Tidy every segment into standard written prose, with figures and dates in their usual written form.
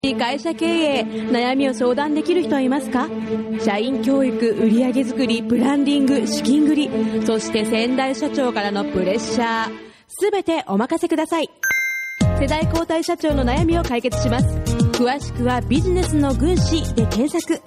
会社経営、悩みを相談できる人はいますか？社員教育、売上作り、ブランディング、資金繰り、そして先代社長からのプレッシャー、すべてお任せください。世代交代社長の悩みを解決します。詳しくはビジネスの軍師で検索。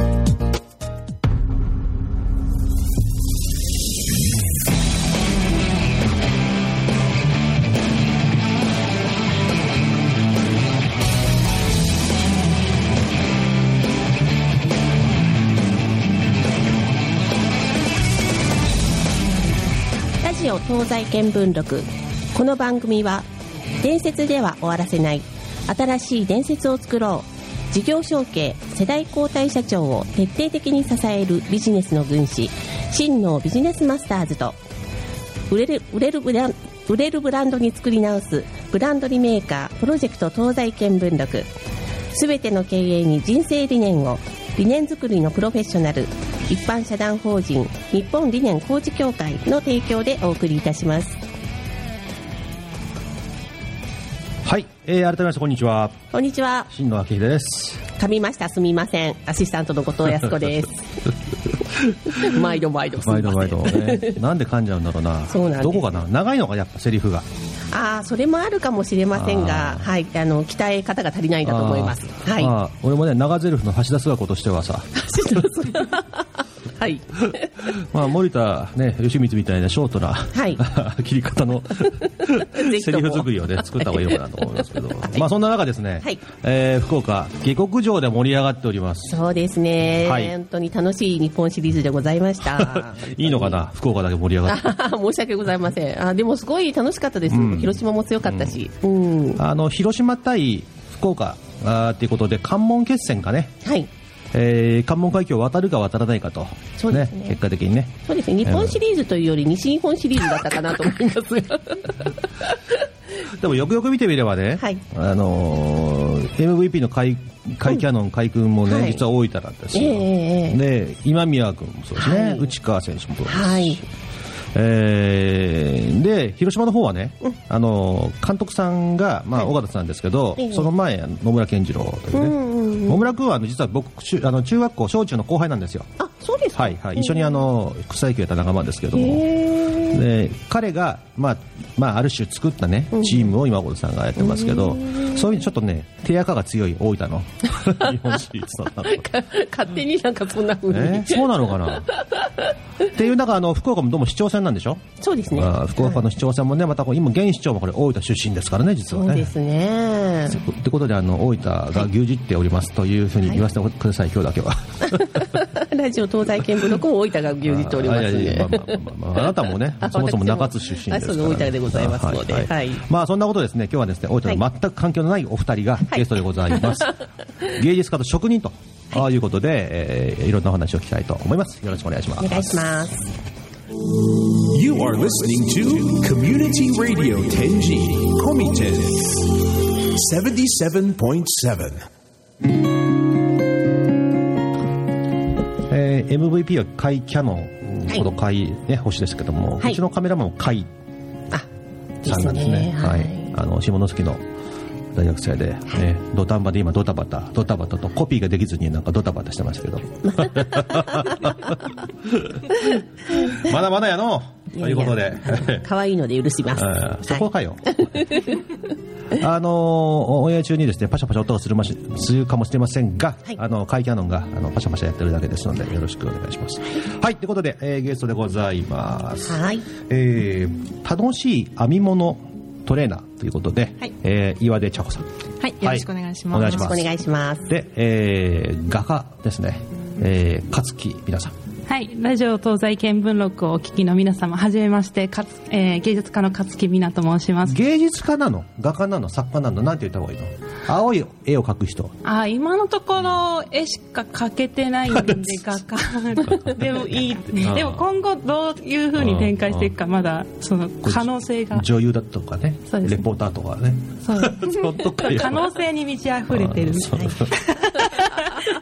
東西見聞録。この番組は伝説では終わらせない新しい伝説を作ろう、事業承継世代交代社長を徹底的に支えるビジネスの軍師真のビジネスマスターズと売れるブランドに作り直すブランドリメーカープロジェクト東西見聞録。すべての経営に人生理念を、理念作りのプロフェッショナル、一般社団法人日本理念コーチ協会の提供でお送りいたします。 はい、改めましてこんにちは。 こんにちは。 新野明秀です。 噛みました、すみません。アシスタントの後藤康子です。毎度すみません。 毎度ね。なんで噛んじゃうんだろうな。 そうなんです。 どこかな、長いのかやっぱセリフが。 それもあるかもしれませんが、はい、鍛え方が足りないんだと思います。はい。 俺もね、長ゼリフの橋田壽賀子としてはさ。 はい。 森田ね、義満みたいなショートな、はい、切り方のセリフ作りをね作った方がいいのかなと思いますけど、はい、そんな中ですね、はい、福岡下克上で盛り上がっております。 そうですね、はい、本当に楽しい日本シリーズでございました。 いいのかな、福岡だけ盛り上がって。 申し訳ございません。でもすごい楽しかったです。広島も強かったし、 広島対福岡っていうことで関門決戦かね、はい、関門海峡を渡るか渡らないかと、 そうですね、 結果的にね。 そうですね、日本シリーズというより西日本シリーズだったかなと思いますがでもよくよく見てみればね、はい、MVP の海キャノン海君もね、はい、実は大分だったし、で今宮君もそうですね、はい、内川選手もそうですし、はい、で広島の方はね、監督さんが、尾形さんですけど、その前野村健次郎というね、野村君は実は僕中学校小中の後輩なんですよ。 あ、そうですか。 はいはい、一緒に草野球やった仲間ですけども、で彼が、ある種作ったねチームを今尾形さんがやってますけど、そういうちょっとね手垢が強い大分の日本シリーズの勝手になんかそんな風に、 そうなのかなっていう中、福岡もどうも市長選なんでしょ。 そうですね、 福岡の市長選もね、また今現市長もこれ大分出身ですからね、実はね。 そうですね。 ってことで大分が牛耳っておりますというふうに言わせてください、今日だけは。 ラジオ東西見聞録も大分が牛耳っておりますね。 あなたもね、そもそも中津出身ですから、 大分でございますので、はい、 そんなことですね。今日はですね、大分の全く関係のないお二人がゲストでございます。芸術家と職人ということで、いろんなお話を聞きたいと思います。よろしくお願いします。 お願いします。 You are listening to Community Radio Tenji Komiten 77.7。 MVP は甲斐キャノン、この甲斐ね星ですけども、うちのカメラマンも甲斐さんなんですね。はい、下関の大学生で、土壇場で今ドタバタとコピーができずになんかドタバタしてますけどまだまだやのということで、 可愛いので許します。 そこかよ。オンエア中にですねパシャパシャ音がするかもしれませんが、はい、甲斐キャノンがパシャパシャやってるだけですのでよろしくお願いします。はい、ということで、ゲストでございます。はい、楽しい編み物トレーナーということで、はい、岩出茶子さん、 はい、よろしくお願いします。 よろしくお願いします。 で、画家ですね、勝木皆さん。 はい、ラジオ東西見聞録をお聞きの皆様、はじめまして、芸術家の勝木美奈と申します。 芸術家なの、画家なの、作家なの、なんて言った方がいいの？青い絵を描く人。 今のところ絵しか描けてないんで画家でもいい。でも今後どういう風に展開していくか、まだその可能性が。 女優だとかね、レポーターとかね。 そう可能性に満ち溢れてるみたい。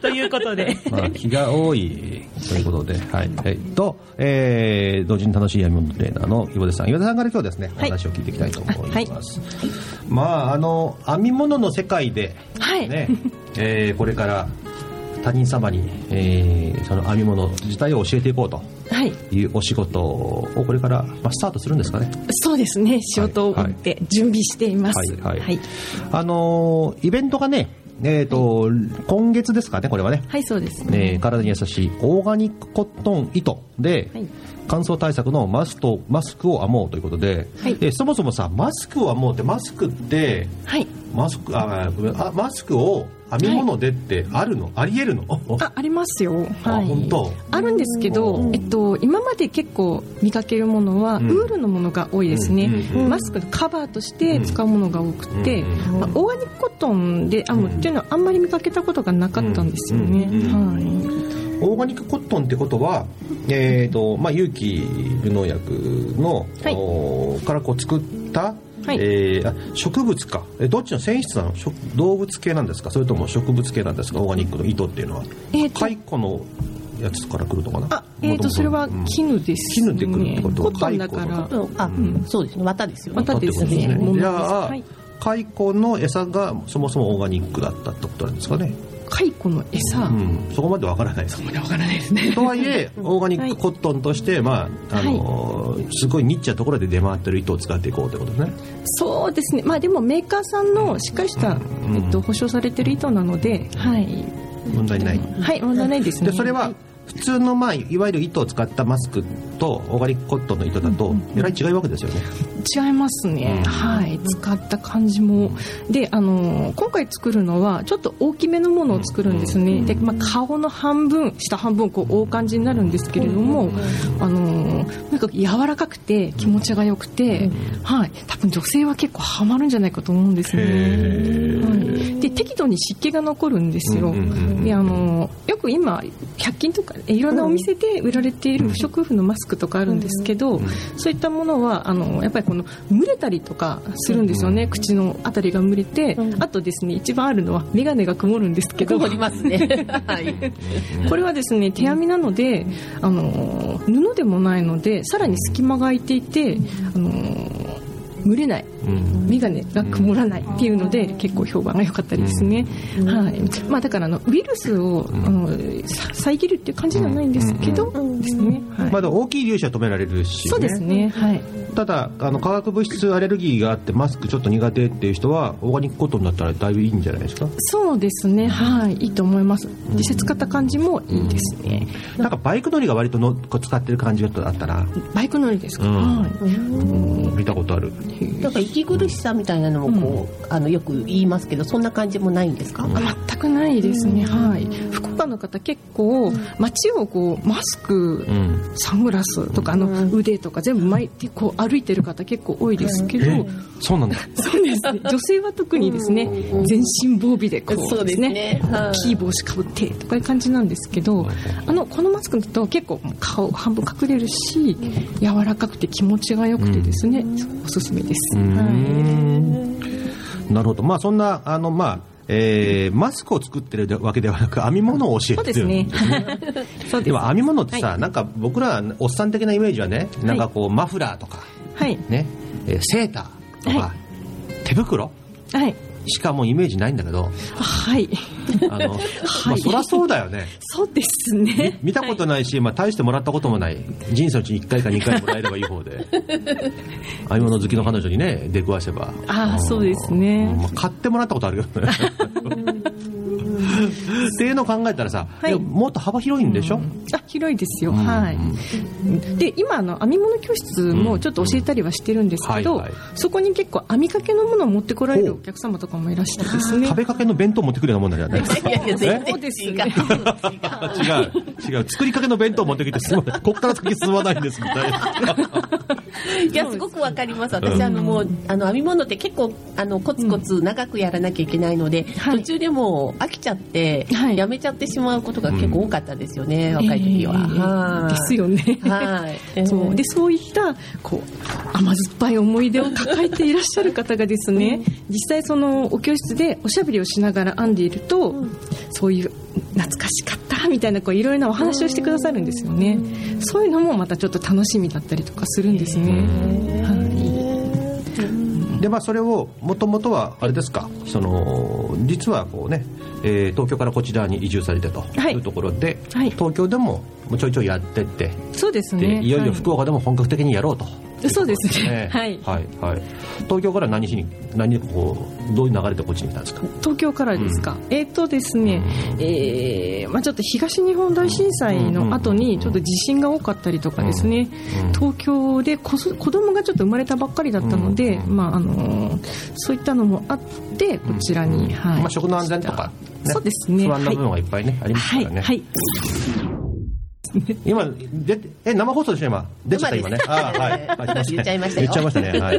ということで、 気が多いということで、はい、同時に楽しい編み物トレーナーの岩出さんから今日ですね、お話を聞いていきたいと思います。まあ編み物の世界でね、これから他人様に、その編み物自体を教えていこうというお仕事をこれから、スタートするんですかね。 そうですね、仕事を打って準備しています。 イベントがね、今月ですかね、これはね。 はい、そうですね。 体に優しいオーガニックコットン糸で、乾燥対策のマスクを編もうということで、そもそもさ、マスクを編もうって、マスクって、マスクを編み物でってあるの？ありえるの？ ありますよ。 本当？ あるんですけど、今まで結構見かけるものはウールのものが多いですね。マスクのカバーとして使うものが多くて、オーガニックコットンで編むっていうのはあんまり見かけたことがなかったんですよね。 オーガニックコットンってことは、有機無農薬の、からこう作った植物か、どっちの繊維質なの？動物系なんですか、それとも植物系なんですか、オーガニックの糸っていうのは。蚕のやつから来るのかな。 それは絹ですね。 絹で来るってこと？ コットンだから。 そうですね、綿ですよね。 綿ですね。 じゃあ、蚕の餌がそもそもオーガニックだったってことなんですかね。 蚕の餌、 そこまでわからないです。 そこまでわからないですね。 とはいえオーガニックコットンとして、すごいニッチなところで出回ってる糸を使っていこうということですね。 そうですね。でもメーカーさんのしっかりした、保証されてる糸なので、 問題ない。 問題ないですね。 でそれは普通のいわゆる糸を使ったマスクとオーガニックコットンの糸だとえらい違いわけですよね。 違いますね。使った感じもで、今回作るのはちょっと大きめのものを作るんですね。で、顔の半分下半分こう覆う感じになるんですけれども、なんか柔らかくて気持ちが良くて、多分女性は結構ハマるんじゃないかと思うんですね。で、適度に湿気が残るんですよ。で、よく今100均とかいろんなお店で売られている不織布のマスクとかあるんですけど、そういったものはやっぱりこの蒸れたりとかするんですよね。口のあたりが蒸れて、あとですね、一番あるのは眼鏡が曇るんですけど、 曇りますね。 これはですね、手編みなので布でもないので、さらに隙間が空いていて蒸れない、眼鏡が曇らないっていうので結構評判が良かったりですね。だからウイルスを遮るっていう感じじゃないんですけどですね。 まだ大きい粒子は止められるし、 そうですね。 ただ化学物質アレルギーがあってマスクちょっと苦手っていう人はオーガニックコットンだったらだいぶいいんじゃないですか。 そうですね。いいと思います。実際使った感じもいいですね。 なんかバイク乗りが割と使ってる感じだったら。 バイク乗りですか。 見たことある。 なんか息苦しさみたいなのもよく言いますけど、そんな感じもないんですか？ 全くないですね。福岡の方結構街をマスク、サングラスとか腕とか全部巻いて歩いてる方結構多いですけど、 そうなんだ。 そうですね。女性は特にですね、全身防備でそうですね、 大きい帽子かぶってとかいう感じなんですけど、このマスクだと結構顔半分隠れるし、柔らかくて気持ちが良くてですね、おすすめです。 なるほど。そんなマスクを作ってるわけではなく編み物を教えてるんですね。でも編み物ってさ、なんか僕らおっさん的なイメージはね、なんかマフラーとか、ね、セーターとか、手袋しかもうイメージないんだけど、そりゃそうだよね。 そうですね。 見たことないし、大してもらったこともない、人生のうちに1回か2回もらえればいい方で編み物好きの彼女にね出くわせば、 そうですね。 買ってもらったことあるけどねっていうのを考えたらさ、もっと幅広いんでしょ。 広いですよ。で、今編み物教室もちょっと教えたりはしてるんですけど、そこに結構編みかけのものを持ってこられるお客様とかもいらっしゃってですね。 食べかけの弁当持ってくるようなもんなんじゃないですか。 そうですね。 違う。作りかけの弁当持ってきてこっから先進まないんですみたいな。 いや、すごくわかります。私もう編み物って結構コツコツ長くやらなきゃいけないので、途中でもう飽きちゃってやめちゃってしまうことが結構多かったですよね、若い時は。 ですよね。で、そういった甘酸っぱい思い出を抱えていらっしゃる方がですね、実際そのお教室でおしゃべりをしながら編んでいると、そういう懐かしかったみたいな、こういろいろなお話をしてくださるんですよね。そういうのもまたちょっと楽しみだったりとかするんですね。 でそれをもともとはあれですか、実はこうね、東京からこちらに移住されてというところで、東京でもちょいちょいやってって、 そうですね、 いよいよ福岡でも本格的にやろうと、 そうですね、はいはいはい。東京から何こうどういう流れでこっちに来たんですか？ 東京からですか、ですね、ちょっと東日本大震災の後にちょっと地震が多かったりとかですね、東京で子供がちょっと生まれたばっかりだったので、そういったのもあってこちらに、 食の安全とか、 そうですね、 不安な部分がいっぱいね、ありますからね。はい今生放送でしょ？今出ちゃった今ね。 言っちゃいましたよ。 言っちゃいましたね。はい。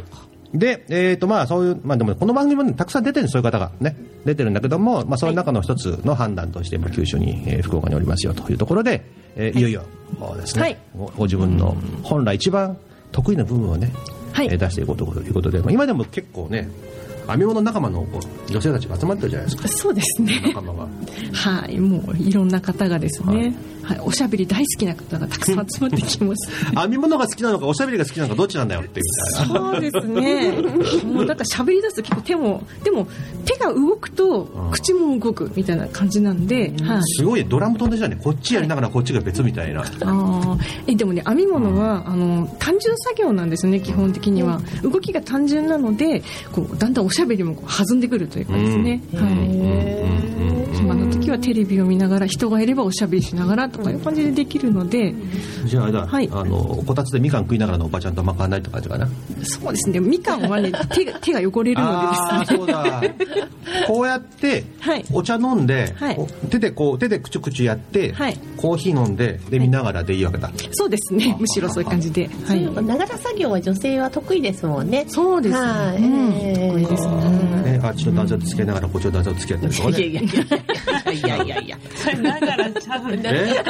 でそういうでもこの番組もたくさん出てるそういう方がね出てるんだけども、その中の一つの判断として九州に福岡におりますよというところで、いよいよですね、ご自分の本来一番得意な部分をね出していこうということで、今でも結構ね編み物仲間の女性たちが集まってるじゃないですか。 そうですね。仲間がもういろんな方がですね、おしゃべり大好きな方がたくさん集まってきます。 編み物が好きなのかおしゃべりが好きなのかどっちなんだよっていうみたいな。 そうですね。もうだからしゃべり出すと結構でも手が動くと口も動くみたいな感じなんで、 すごいドラムと同じだね。こっちやりながらこっちが別みたいな。 でもね、編み物は単純作業なんですね。基本的には動きが単純なので、こうだんだんおしゃべりも弾んでくるというかですね。暇な時はテレビを見ながら、人がいればおしゃべりしながらとかいう感じでできるので。 じゃあこたつでみかん食いながらのおばちゃんとまかないとかじゃな。 そうですね。みかんはね手が汚れるのでですね。 そうだ。こうやってお茶飲んで、手でくちゅくちゅやって、コーヒー飲んで見ながらでいいわけだ。 そうですね。むしろそういう感じで。 ながら作業は女性は得意ですもんね。 そうですね。得意ですね。 あっちの男性と付き合いながらこっちの男性と付き合ったりとかね。 いやそれながらちゃう。違う。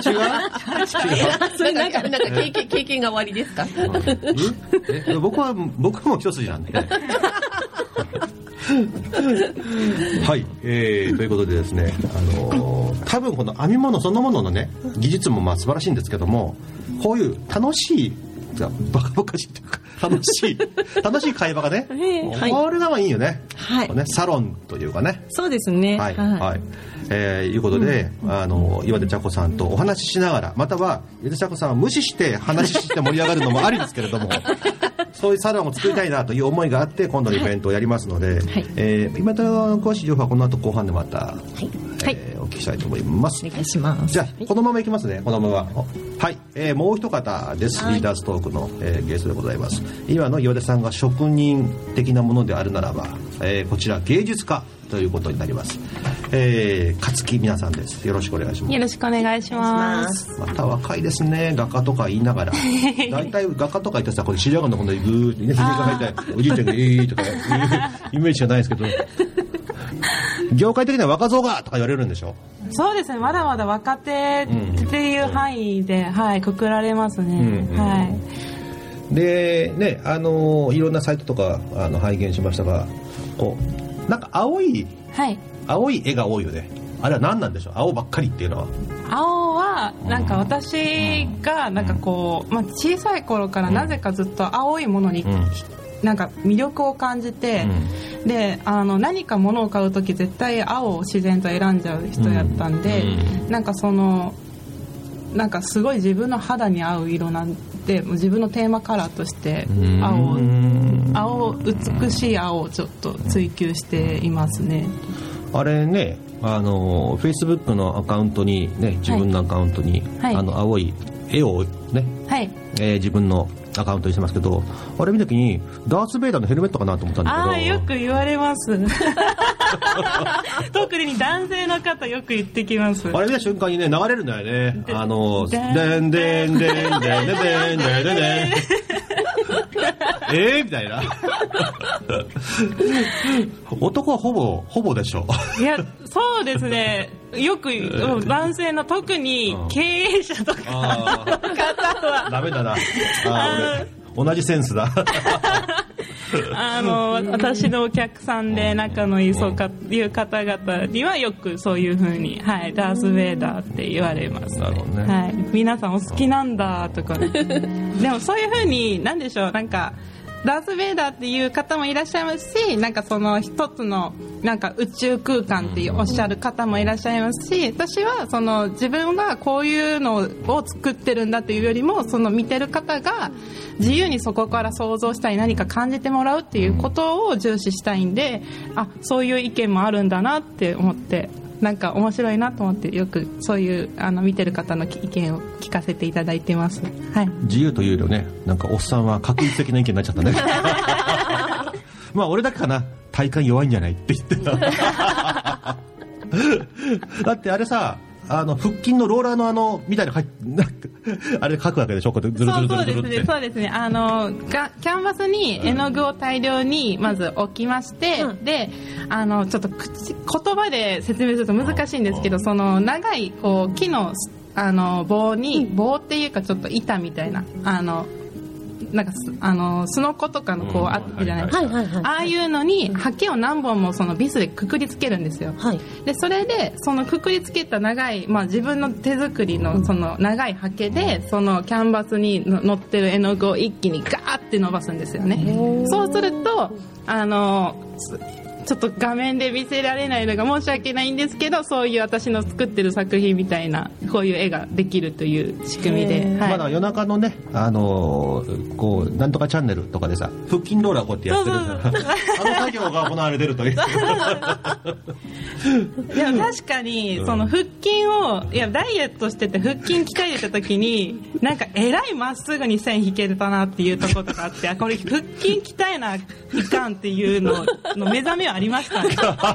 それなんか経験が終わりですか？ 僕はもう一筋なんで。はい、ということでですね、多分この編み物そのもののね技術も素晴らしいんですけども、こういう楽しいバカバカしいというか楽しい会話がね、これがいいよね。サロンというかね。 そうですね。 いうことで、岩出茶子さんとお話ししながら、または岩出茶子さんを無視して話して盛り上がるのもありですけれども、そういうサロンを作りたいなという思いがあって今度のイベントをやりますので、今の詳しい情報はこの後後半でまた、お聞きしたいと思います。 お願いします。 じゃあこのままいきますね。このままもう一方です。リーダーズトークの、ゲストでございます。今の岩出さんが職人的なものであるならば、こちら芸術家ということになります。勝木皆さんです。よろしくお願いします。 よろしくお願いします。 また若いですね。画家とか言いながら大体画家とか言ってさ、これ白髪のこのグーってね、ひげが生えておじいちゃんがとかいうイメージじゃないですけど、業界的には若造がとか言われるんでしょ。 そうですね。まだまだ若手っていう範囲で、くくられますね。 でね、いろんなサイトとか拝見しましたが、こうなんか青い絵が多いよね。あれは何なんでしょう。青ばっかりっていうのは。 青はなんか私がなんかこう、小さい頃からなぜかずっと青いものになんか魅力を感じて、で何か物を買うとき絶対青を自然と選んじゃう人やったんで、なんかなんかすごい自分の肌に合う色なんで、自分のテーマカラーとして美しい青をちょっと追求していますね。 あれね、Facebook のアカウントにね、自分のアカウントに、青い絵をね、自分のアカウントにしてますけど、あれ見た時にダース・ベイダーのヘルメットかなと思ったんだけど。 よく言われます特に男性の方よく言ってきます。 あれ見た瞬間にね流れるんだよね。でんでんでんでんでんでんでんでんでんみたいな男はほぼでしょ。 いや、そうですね。よく男性の特に経営者とかの方はダメだな。俺同じセンスだ私のお客さんで仲のいいそうかいう方々にはよくそういう風に、はい、ダース・ベイダーって言われますね。はい、皆さんお好きなんだとか、でもそういう風になんでしょう、なんかダース・ベイダーっていう方もいらっしゃいますし、なんかその一つのなんか宇宙空間っておっしゃる方もいらっしゃいますし、私はその自分がこういうのを作ってるんだというよりも、その見てる方が自由にそこから想像したり何か感じてもらうっていうことを重視したいんで、あ、そういう意見もあるんだなって思って、なんか面白いなと思って、よくそういう見てる方の意見を聞かせていただいてます。はい、自由というよりね、なんかおっさんは確率的な意見になっちゃったね。まあ俺だけかな、体幹弱いんじゃないって言ってた。だってあれさ、腹筋のローラーのみたいなあれ書くわけでしょ、こうずるずるずるずるって。 そうですね、キャンバスに絵の具を大量にまず置きまして、でちょっと言葉で説明すると難しいんですけど、その長いこう木の棒に、棒っていうかちょっと板みたいななんかすのことかのこうあったじゃないですか、ああいうのにハケを何本もそのビスでくくりつけるんですよ、はい、でそれでそのくくりつけた長い、まあ、自分の手作りのその長いハケでそのキャンバスに乗ってる絵の具を一気にガーって伸ばすんですよね。そうするとちょっと画面で見せられないのが申し訳ないんですけど、そういう私の作ってる作品みたいなこういう絵ができるという仕組みで、はい、 まだ夜中のね、こうなんとかチャンネルとかでさ、腹筋ローラーこうやってやってる作業が行われてるという。 でも確かにその腹筋をダイエットしてて腹筋鍛えてた時になんかえらいまっすぐに線引けてたなっていうところとかあって、これ腹筋鍛えないかんっていうの目覚めはありましたね。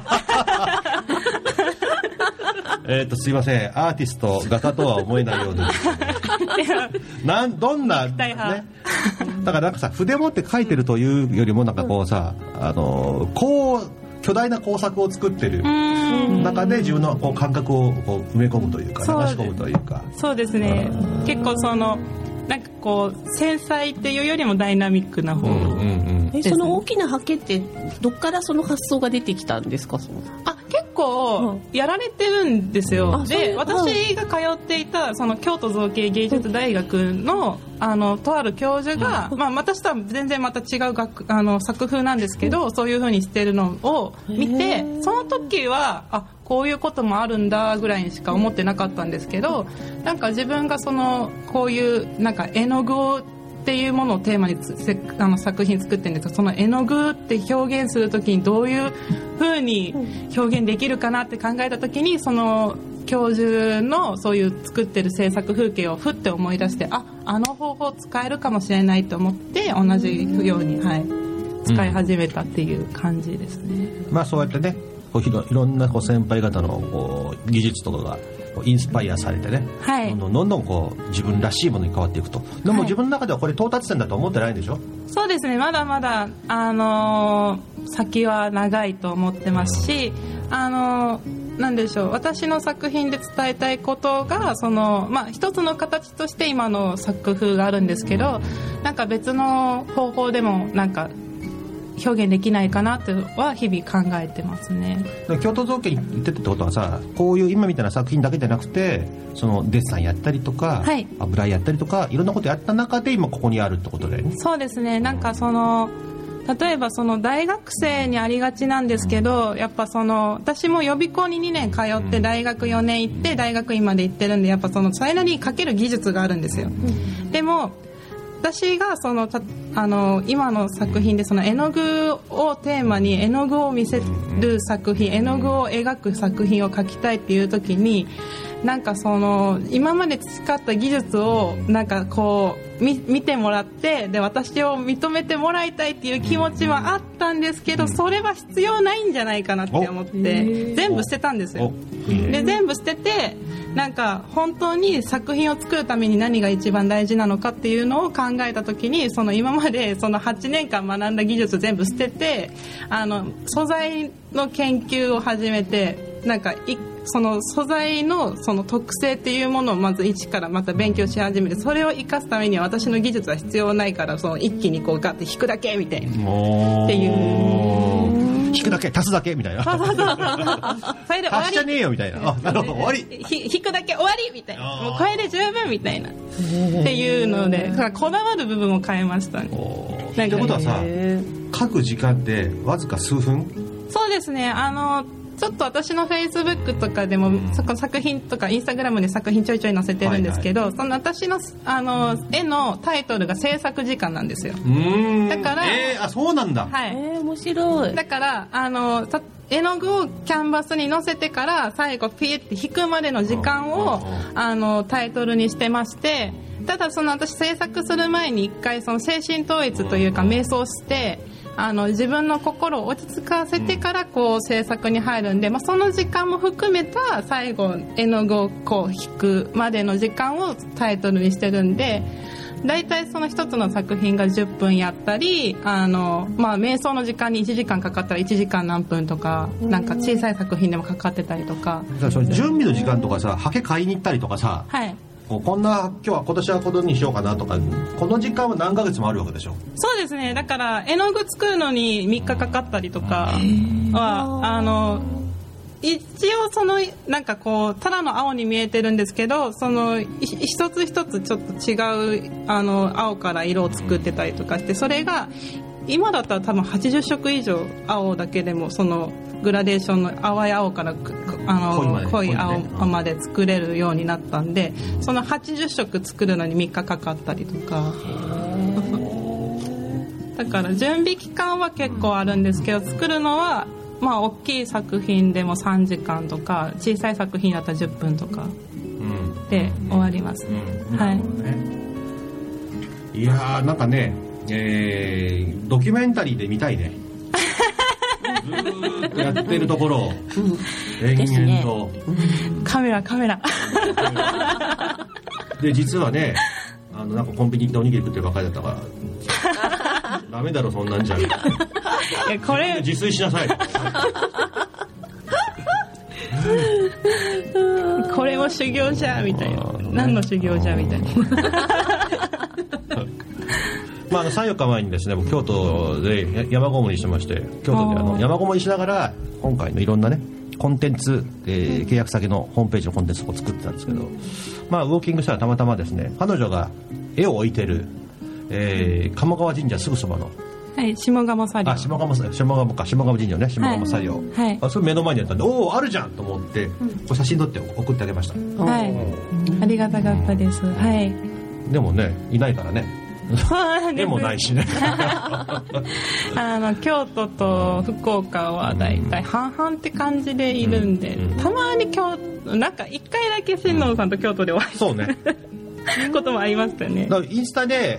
すいません、アーティスト画家とは思えないようです。どんな、ね、だからなんかさ、筆持って描いてるというよりもなんかこうさ、こう巨大な工作を作ってる中で自分のこう感覚をこう埋め込むというか流し込むというか。 そうですね、結構そのなんかこう繊細っていうよりもダイナミックな方、 その大きなハケってどっからその発想が出てきたんですか？ 結構やられてるんですよ。で、私が通っていたその京都造形芸術大学のとある教授が、まあ、私とは全然また違う作風なんですけど、そういう風にしてるのを見て、その時はこういうこともあるんだぐらいにしか思ってなかったんですけど、なんか自分がこういうなんか絵の具っていうものをテーマに作品作ってるんですけど、その絵の具って表現するときにどういう風に表現できるかなって考えたときに、その教授のそういう作ってる制作風景をふって思い出して、あの方法使えるかもしれないと思って同じように、はい、使い始めたっていう感じですね。 まあそうやってね、いろんな先輩方の技術とかがインスパイアされてね、はい、どんどんこう自分らしいものに変わっていくと。でも自分の中ではこれ到達点だと思ってないでしょ？ そうですね、まだまだ先は長いと思ってますし、なんでしょう、私の作品で伝えたいことが一つの形として今の作風があるんですけど、なんか別の方法でもなんか表現できないかなとは日々考えてますね。 京都造形に行ってたってことはさ、こういう今みたいな作品だけじゃなくて、そのデッサンやったりとか、はい、油絵やったりとか、いろんなことやった中で今ここにあるってことだよね。 そうですね、なんか例えば大学生にありがちなんですけど、やっぱ私も予備校に2年通って大学4年行って大学院まで行ってるんで、やっぱそれなりに描ける技術があるんですよ。でも私が今の作品で絵の具をテーマに絵の具を見せる作品、絵の具を描く作品を描きたいっていう時に、なんか今まで培った技術をなんかこう見てもらって、で私を認めてもらいたいっていう気持ちはあったんですけど、それは必要ないんじゃないかなって思って全部捨てたんですよ。で全部捨てて、なんか本当に作品を作るために何が一番大事なのかっていうのを考えた時に、今まで8年間学んだ技術全部捨てて、素材の研究を始めて、 なんかその素材のその特性っていうものをまず一からまた勉強し始めて、それを生かすためには私の技術は必要ないから、その一気にこうガッて引くだけみたいなっていう、 引くだけ足すだけみたいな、 それで終わり足しちゃねえよみたいな、あ、なるほど、終わり、 引くだけ終わりみたいな、もうこれで十分みたいなっていうので、こだわる部分を変えましたね。 ってことはさ、書く時間ってわずか数分？ そうですね、ちょっと私のフェイスブックとかでも、そこ作品とかインスタグラムで作品ちょいちょい載せてるんですけど、その私の絵のタイトルが制作時間なんですよ。だからあ、そうなんだ。 はい、 面白い。 だから絵の具をキャンバスに載せてから最後ピーって引くまでの時間をタイトルにしてまして、ただ私制作する前に一回その精神統一というか瞑想して自分の心を落ち着かせてからこう制作に入るんで、その時間も含めた最後絵の具をこう引くまでの時間をタイトルにしてるんで、だいたいその一つの作品が10分やったり、瞑想の時間に1時間かかったら1時間何分とか、なんか小さい作品でもかかってたりとか、 その準備の時間とかさ、ハケ買いに行ったりとかさ、 はい、 今年はこのにしようかなとか、この時間は何ヶ月もあるわけでしょ。 そうですね、だから絵の具作るのに3日かかったりとかは一応なんかこうただの青に見えてるんですけど、一つ一つちょっと違う青から色を作ってたりとかして、それが今だったら多分80色以上青だけでもそのグラデーションの淡い青から濃い青まで作れるようになったんで、その80色作るのに3日かかったりとかだから準備期間は結構あるんですけど、作るのは大きい作品でも3時間とか、小さい作品だったら10分とかで終わります、はい。 いやー、なんかね、ドキュメンタリーで見たいね。ずーっとやってるところを延々と、 カメラで、実はね、なんかコンビニ行っておにぎり食ってるばかりだったからダメだろそんなんじゃこれ自炊しなさいこれも修行じゃみたいな、何の修行じゃみたいな 3、4日前にですね、僕京都で山ごもりしてまして、京都で山ごもりしながら今回のいろんなねコンテンツ、契約先のホームページのコンテンツを作ってたんですけど、ウォーキングしたらたまたまですね、彼女が絵を置いてる、鴨川神社すぐそばの、 はい、下鴨作業、 下鴨神社ね、下鴨作業、はいはい、それ目の前にあったんで、おーあるじゃんと思って、これ写真撮って送ってあげました。 はい、ありがたかったです。はい。 でもね、いないからね。絵もないしね京都と福岡はだいたい半々って感じでいるんで、たまになんか1回だけ新野さんと京都でお会いしたこともありましたよね。 だからインスタで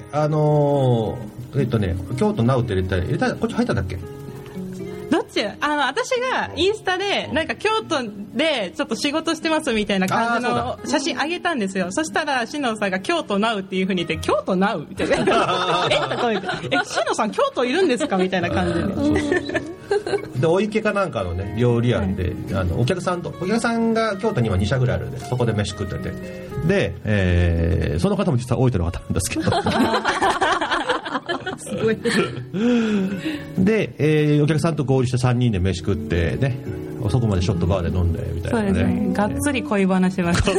京都ナウって入れたこっち入ったんだっけ。 どっち私がインスタでなんか京都でちょっと仕事してますみたいな感じの写真あげたんですよ。そしたら新野さんが京都ナウっていう風に言って、京都ナウみたいな新野さん京都いるんですかみたいな感じでお池かなんかのね料理屋で、お客さんが京都には2社ぐらいあるんで、そこで飯食ってて、で、その方も実は大分の方なんですけどすごいで、お客さんと合流して3人で飯食ってね、遅くまでショットバーで飲んでみたいなね。 そうですね、がっつり恋話しました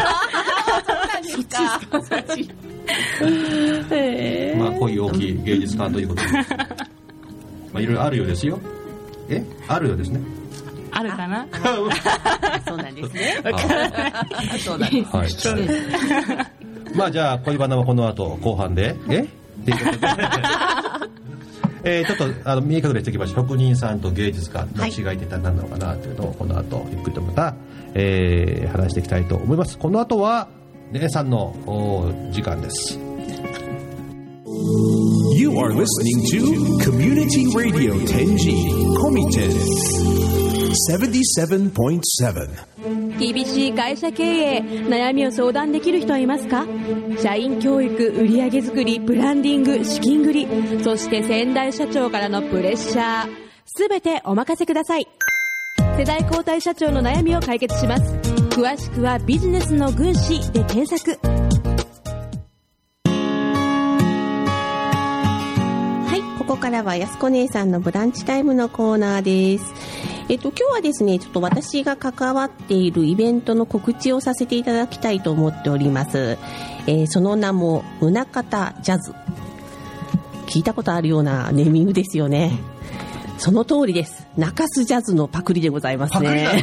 恋大きい芸術家ということでいろいろあるようですよ。あるようですね。 あるかなそうなんですね。 そうなんです、はい、じゃあ恋バナはこの後後半でっていうことでちょっと見え隠れしておきました。職人さんと芸術家の違いって何なのかなというのをこの後ゆっくりとまた、話していきたいと思います。この後は姉さんの時間です。 You are listening to Community Radio Tenji Komiten 77.7 厳しい会社経営、悩みを相談できる人はいますか？社員教育、売上作り、ブランディング、資金繰り、そして先代社長からのプレッシャー、すべてお任せください。 世代交代社長の悩みを解決します。詳しくはビジネスの軍師で検索。 はい、ここからはやすこ姉さんのブランチタイムのコーナーです。今日はですね、ちょっと私が関わっているイベントの告知をさせていただきたいと思っております。その名も宗像ジャズ。聞いたことあるようなネーミングですよね。その通りです。中洲ジャズのパクリでございますね。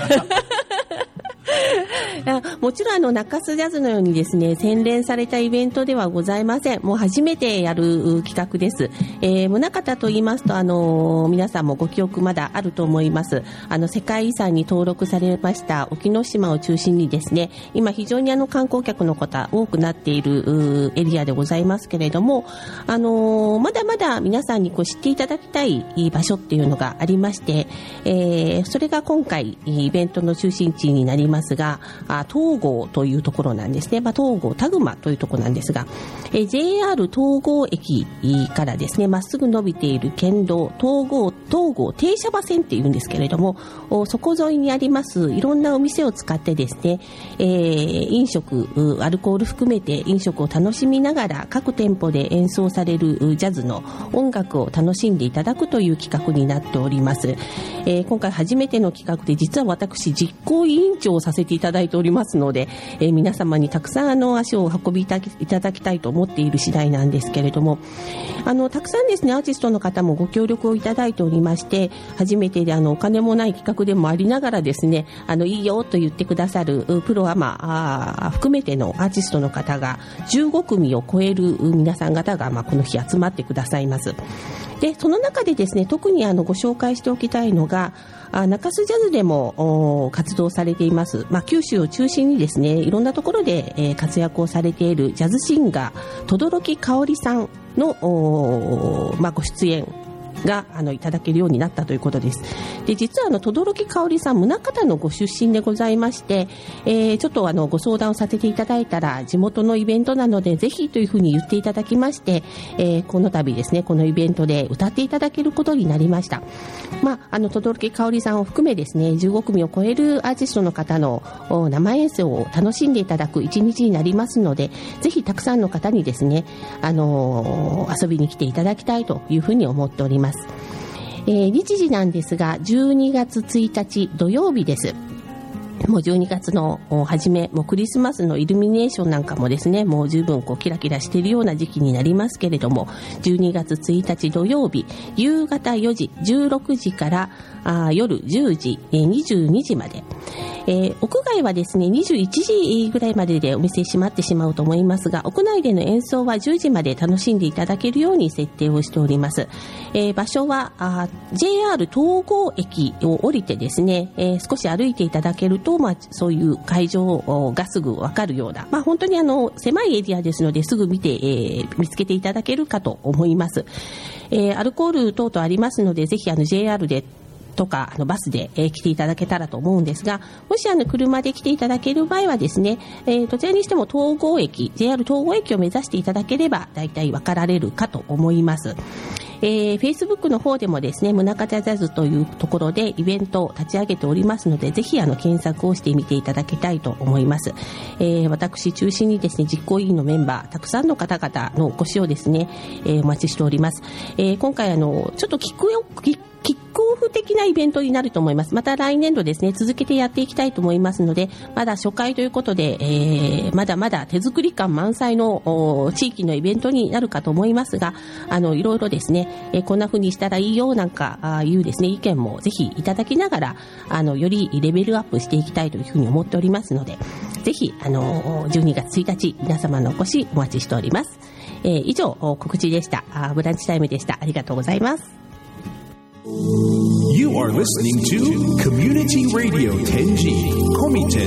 もちろん中洲ジャズのようにですね、洗練されたイベントではございません。もう初めてやる企画です。宗像と言いますと皆さんもご記憶まだあると思います。世界遺産に登録されました沖ノ島を中心にですね、今非常に観光客の方多くなっているエリアでございますけれども、まだまだ皆さんに知っていただきたい場所っていうのがありまして、それが今回イベントの中心地になりますが、東郷というところなんですね。東郷田熊というところなんですが、JR 東郷駅からですね、まっすぐ伸びている県道東郷停車場線っていうんですけれども、そこ沿いにありますいろんなお店を使ってですね、飲食アルコール含めて飲食を楽しみながら各店舗で演奏されるジャズの音楽を楽しんでいただくという企画になっております。今回初めての企画で、実は私実行委員長をさせていただいておりますので、皆様にたくさん足を運びいただきたいと思っている次第なんですけれども、たくさんですねアーティストの方もご協力をいただいておりまして、初めてでお金もない企画でもありながらですね、いいよと言ってくださるプロアマ含めてのアーティストの方が15組を超える皆さん方がこの日集まってくださいます。でその中でですね、特にご紹介しておきたいのが中洲ジャズでも活動されています、九州を中心にですねいろんなところで、活躍をされているジャズシンガー轟かおりさんのご出演がいただけるようになったということです。で実は轟かおりさん宗像のご出身でございまして、ちょっとご相談をさせていただいたら、地元のイベントなのでぜひというふうに言っていただきまして、この度ですねこのイベントで歌っていただけることになりました。轟かおりさんを含めですね15組を超えるアーティストの方の生演奏を楽しんでいただく一日になりますので、ぜひたくさんの方にですね遊びに来ていただきたいというふうに思っております。日時なんですが12月1日土曜日です。もう12月の初め、もうクリスマスのイルミネーションなんかもですね、もう十分キラキラしているような時期になりますけれども、12月1日土曜日、夕方4時、16時から夜10時、22時まで。屋外はですね、21時ぐらいまででお店閉まってしまうと思いますが、屋内での演奏は10時まで楽しんでいただけるように設定をしております。場所はJR 東郷駅を降りてですね、少し歩いていただけると、そういう会場がすぐわかるような、本当に狭いエリアですので、すぐ見つけていただけるかと思います。アルコール等々ありますので、ぜひJR でとかバスで、来ていただけたらと思うんですが、もし車で来ていただける場合はですね、どちらにしても東郷駅 JR 東郷駅を目指していただければ大体分かられるかと思います。Facebook の方でもですね、宗像ジャズというところでイベントを立ち上げておりますので、ぜひ検索をしてみていただきたいと思います。私中心にですね、実行委員のメンバーたくさんの方々のお越しをですね、お待ちしております。今回ちょっとキックオフ的なイベントになると思います。また来年度ですね、続けてやっていきたいと思いますので、まだ初回ということで、まだまだ手作り感満載の地域のイベントになるかと思いますが、いろいろですね、こんな風にしたらいいよなんかいうですね、意見もぜひいただきながら、よりレベルアップしていきたいというふうに思っておりますので、ぜひ12月1日皆様のお越しお待ちしております。以上告知でした。ブランチタイムでした。ありがとうございます。 You are listening to Community Radio Tenji Komiten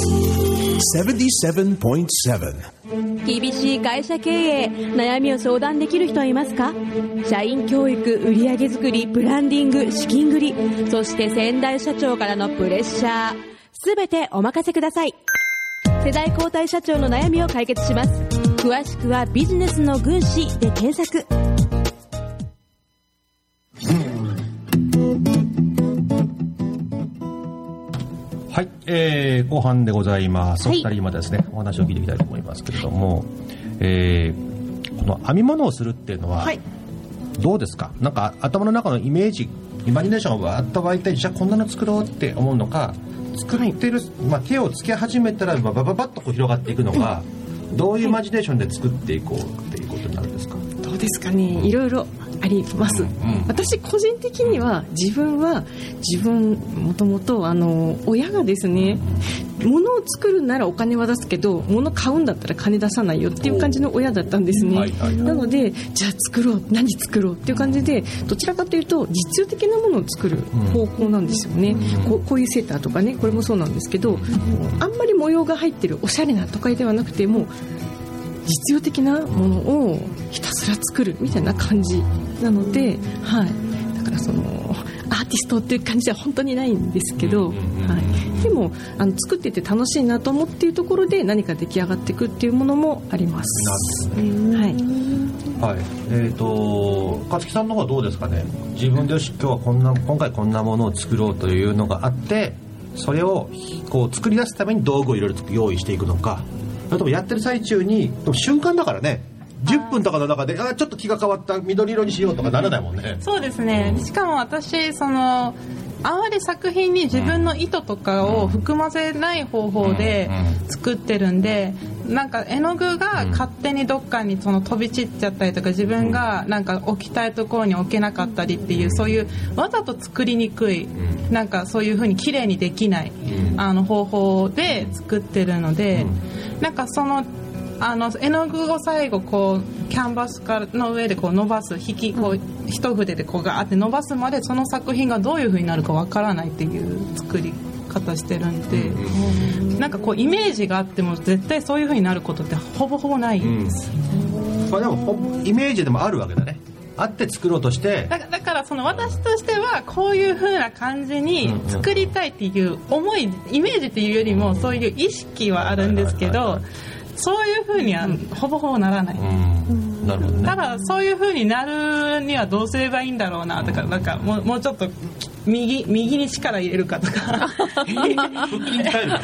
77.7。 厳しい会社経営、悩みを相談できる人はいますか？社員教育、売上作り、ブランディング、資金繰り、そして先代社長からのプレッシャー、すべてお任せください。世代交代社長の悩みを解決します。詳しくはビジネスの軍師で検索。 はい、後半でございます。お二人にまたですね、お話を聞いていきたいと思いますけれども、この編み物をするっていうのは、どうですか？なんか頭の中のイメージ、イマジネーションはあった場合って、じゃあこんなの作ろうって思うのか、作ってる、手をつけ始めたらババババッとこう広がっていくのが、どういうイマジネーションで作っていこうっていうことになるんですか？ どうですかね、いろいろあります、私個人的には自分もともと親がですね、物を作るならお金は出すけど物買うんだったら金出さないよっていう感じの親だったんですね、なのでじゃあ何作ろうっていう感じで、どちらかというと実用的なものを作る方法なんですよね、こういうセーターとかね、これもそうなんですけど、あんまり模様が入ってるおしゃれな都会ではなくて、もう実用的なものをひたすら作るみたいな感じなので、だからそのアーティストっていう感じでは本当にないんですけど、でも作ってて楽しいなと思っているところで何か出来上がっていくっていうものもあります。 勝木さんの方はどうですかね。自分でよし、今回こんなものを作ろうというのがあって、それをこう作り出すために道具をいろいろ用意していくのか、例えばやってる最中に瞬間だからね、10分とかの中でちょっと気が変わった、緑色にしようとかならないもんね。 そうですね、しかも私あまり作品に自分の意図とかを含ませない方法で作ってるんで、なんか絵の具が勝手にどっかに飛び散っちゃったりとか、自分がなんか置きたいところに置けなかったりっていう、そういうわざと作りにくい、なんかそういう風に綺麗にできない方法で作ってるので、なんか絵の具を最後キャンバスの上で伸ばす、一筆でガーって伸ばすまで、その作品がどういう風になるかわからないっていう作り方してるんで、なんかイメージがあっても絶対そういう風になることってほぼほぼないんです、 でもイメージでもあるわけだね。あって作ろうとして、 だから私としてはこういう風な感じに作りたいっていう思い、イメージっていうよりもそういう意識はあるんですけど、そういう風にはほぼほぼならない、 なるほどね。 ただそういう風になるにはどうすればいいんだろうなとか、なんかもうちょっと右に力入れるかとか腹筋鍛えるか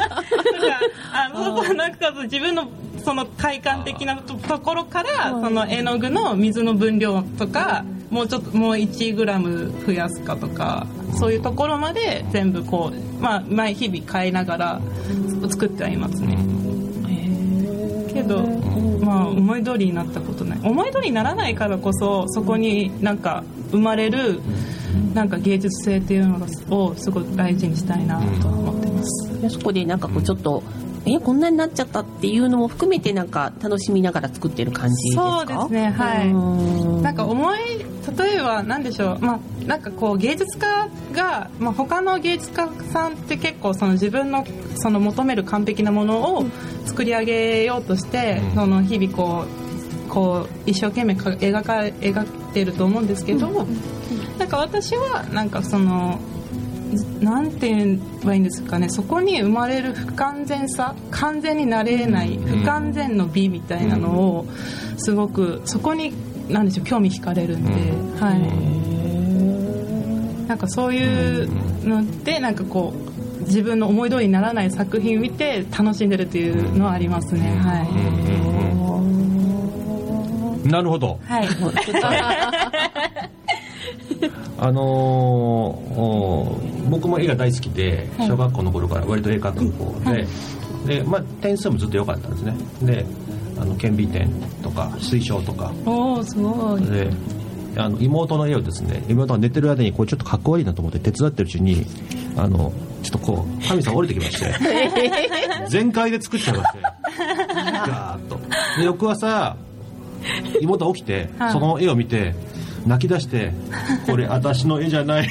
なんか自分のその体感的なところから、その絵の具の水の分量とか、もう 1g 増やすかとか、そういうところまで全部日々変えながら作ってはいますね。けど思い通りになったことない。思い通りにならないからこそ、そこになんか生まれるなんか芸術性っていうのをすごい大事にしたいなと思ってます。 そこでなんかちょっとこんなになっちゃったっていうのも含めて、なんか楽しみながら作ってる感じですか？ そうですね、なんか例えば何でしょう、なんか芸術家が、他の芸術家さんって結構自分の求める完璧なものを作り上げようとして、日々一生懸命描いてると思うんですけど、なんか私はなんかなんて言えばいいんですかね、そこに生まれる不完全さ、完全になれない不完全の美みたいなのをすごく、そこに何でしょう、興味惹かれるんで、なんかそういうので、なんか自分の思い通りにならない作品を見て楽しんでるっていうのはありますね。 なるほど。僕も絵が大好きで、小学校の頃から割と絵描く方で、点数もずっと良かったんですね。で顕微点とか水晶とか、 すごい。 で妹の絵をですね、妹が寝てる間にちょっとかっこ悪いなと思って手伝ってるうちにちょっと神様降りてきまして全開で作っちゃいましてガーッと。で翌朝妹が起きて、その絵を見て泣き出して、これ私の絵じゃない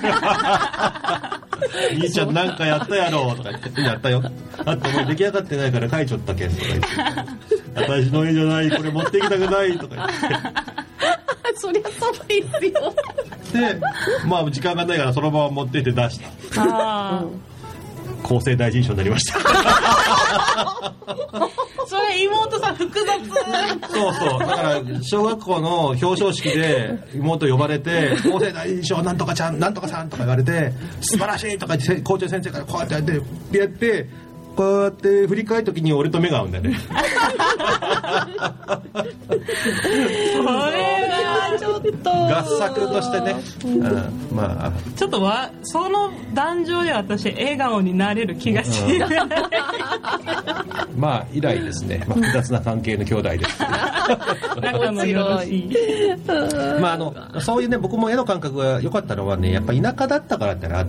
兄ちゃんなんかやったやろとか言って、やったよ、だってお前出来上がってないから描いちゃったけんとか言って、私の絵じゃない、これ持ってきたくないとか言ってそりゃそうですよ。 で時間がないからそのまま持ってって出した。構成大臣賞になりました。 それ妹さん複雑。 そうそう。だから小学校の表彰式で妹呼ばれて、法政大臣賞なんとかちゃんなんとかさんとか言われて、素晴らしいとか言って校長先生からこうやってやってこうやって振り返る時に俺と目が合うんだよね。 それはちょっと合作としてね、まあちょっとその壇上で私笑顔になれる気がしない。 まあ以来ですね、複雑な関係の兄弟です。 仲のよろしい。 まあそういうね、僕も絵の感覚が良かったのはね、やっぱ田舎だったからってのあって、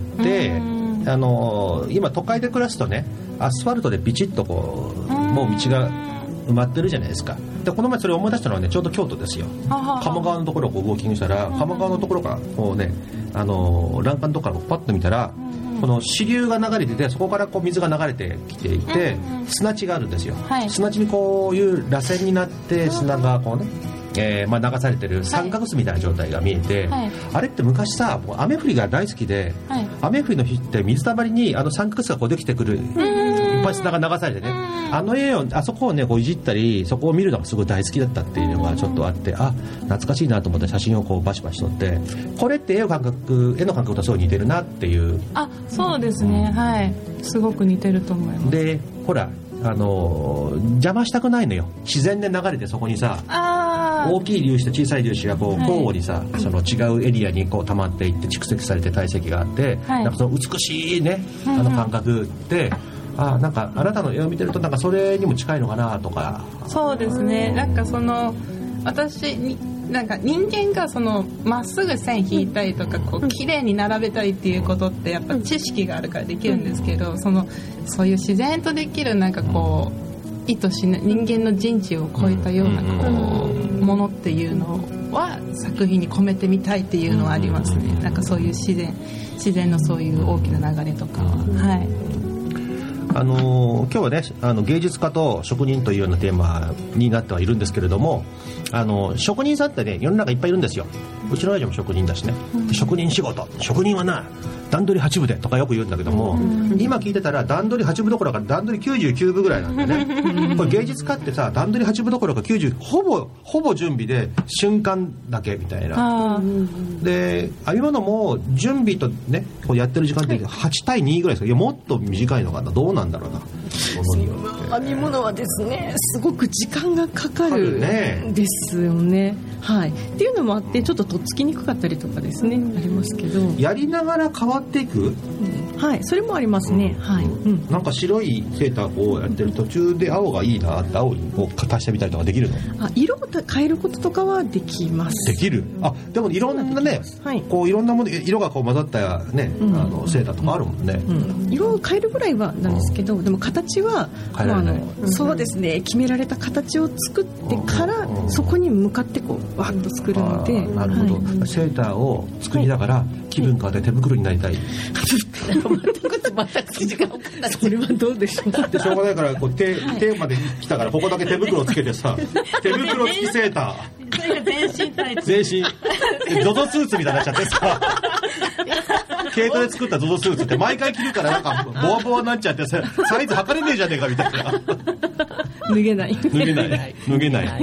今都会で暮らすとね、アスファルトでビチッとこうもう道が埋まってるじゃないですか。でこの前それを思い出したのはね、ちょうど京都ですよ。鴨川のところをこうウォーキングしたら、鴨川のところからこうね、欄干のところからパッと見たら、この支流が流れてて、そこからこう水が流れてきていて、砂地があるんですよ。砂地にこういう螺旋になって砂がこうね、流されてる三角巣みたいな状態が見えて、あれって昔さ、雨降りが大好きで、雨降りの日って水たまりに三角巣がこうできてくる、いっぱい砂が流されてね、あそこをねこういじったり、そこを見るのがすごい大好きだったっていうのがちょっとあって、懐かしいなと思って写真をこうバシバシ撮って、これって絵の感覚とすごい似てるなっていう。 そうですね、はい、すごく似てると思います。 でほら邪魔したくないのよ。自然で流れて、そこにさ大きい粒子と小さい粒子がこう交互にさ、その違うエリアにこう溜まっていって蓄積されて堆積があって、なんかその美しいね感覚って、なんかあなたの絵を見てるとなんかそれにも近いのかなとか。 そうですね、なんかその私になんか人間がそのまっすぐ線引いたりとかこう綺麗に並べたりっていうことってやっぱ知識があるからできるんですけど、そういう自然とできるなんかこう意図しない人間の人知を超えたようなこうものっていうのは作品に込めてみたいっていうのはありますね。なんかそういう自然のそういう大きな流れとかは、はい。 今日はね芸術家と職人というようなテーマになってはいるんですけれども、職人さんってね世の中いっぱいいるんですよ。うちの親父も職人だしね、職人仕事、職人はな段取り8分でとかよく言うんだけども、今聞いてたら段取り8分どころか段取り99分ぐらいなんだよね。これ芸術家ってさ、段取り8分どころか90、ほぼ準備で瞬間だけみたいな。で編み物も準備とねこうやってる時間って8対2ぐらいですか。いやもっと短いのかな、どうなんだろうな。 編み物はですね、すごく時間がかかるんですよね。はい。っていうのもあってちょっととっつきにくかったりとかですね、ありますけど。 やりながら変わっていく。 はい、それもありますね。はい。 なんか白いセーターをやってる途中で青がいいなって青にこう足してみたりとかできるの？ 色を変えることとかはできます。 できる。でもいろんなね、こういろんなもの色がこう混ざったね、セーターとかあるもんね。 色を変えるぐらいはなんですけど、でも形はそうですね、決められた形を作ってからそこに向かってこうワッと作るので。 なるほど。セーターを作りながら気分変わって手袋になりたい。 全く違うかな。それはどうでしょう。 でしょうがないからこう手まで来たからここだけ手袋つけてさ、手袋付きセーター。 それが全身タイプ。 全身。ゾゾスーツみたいになっちゃってさ。毛糸で作ったゾゾスーツって毎回着るからなんかボワボワになっちゃってさ、サイズ測れねえじゃねえかみたいな。 脱げない。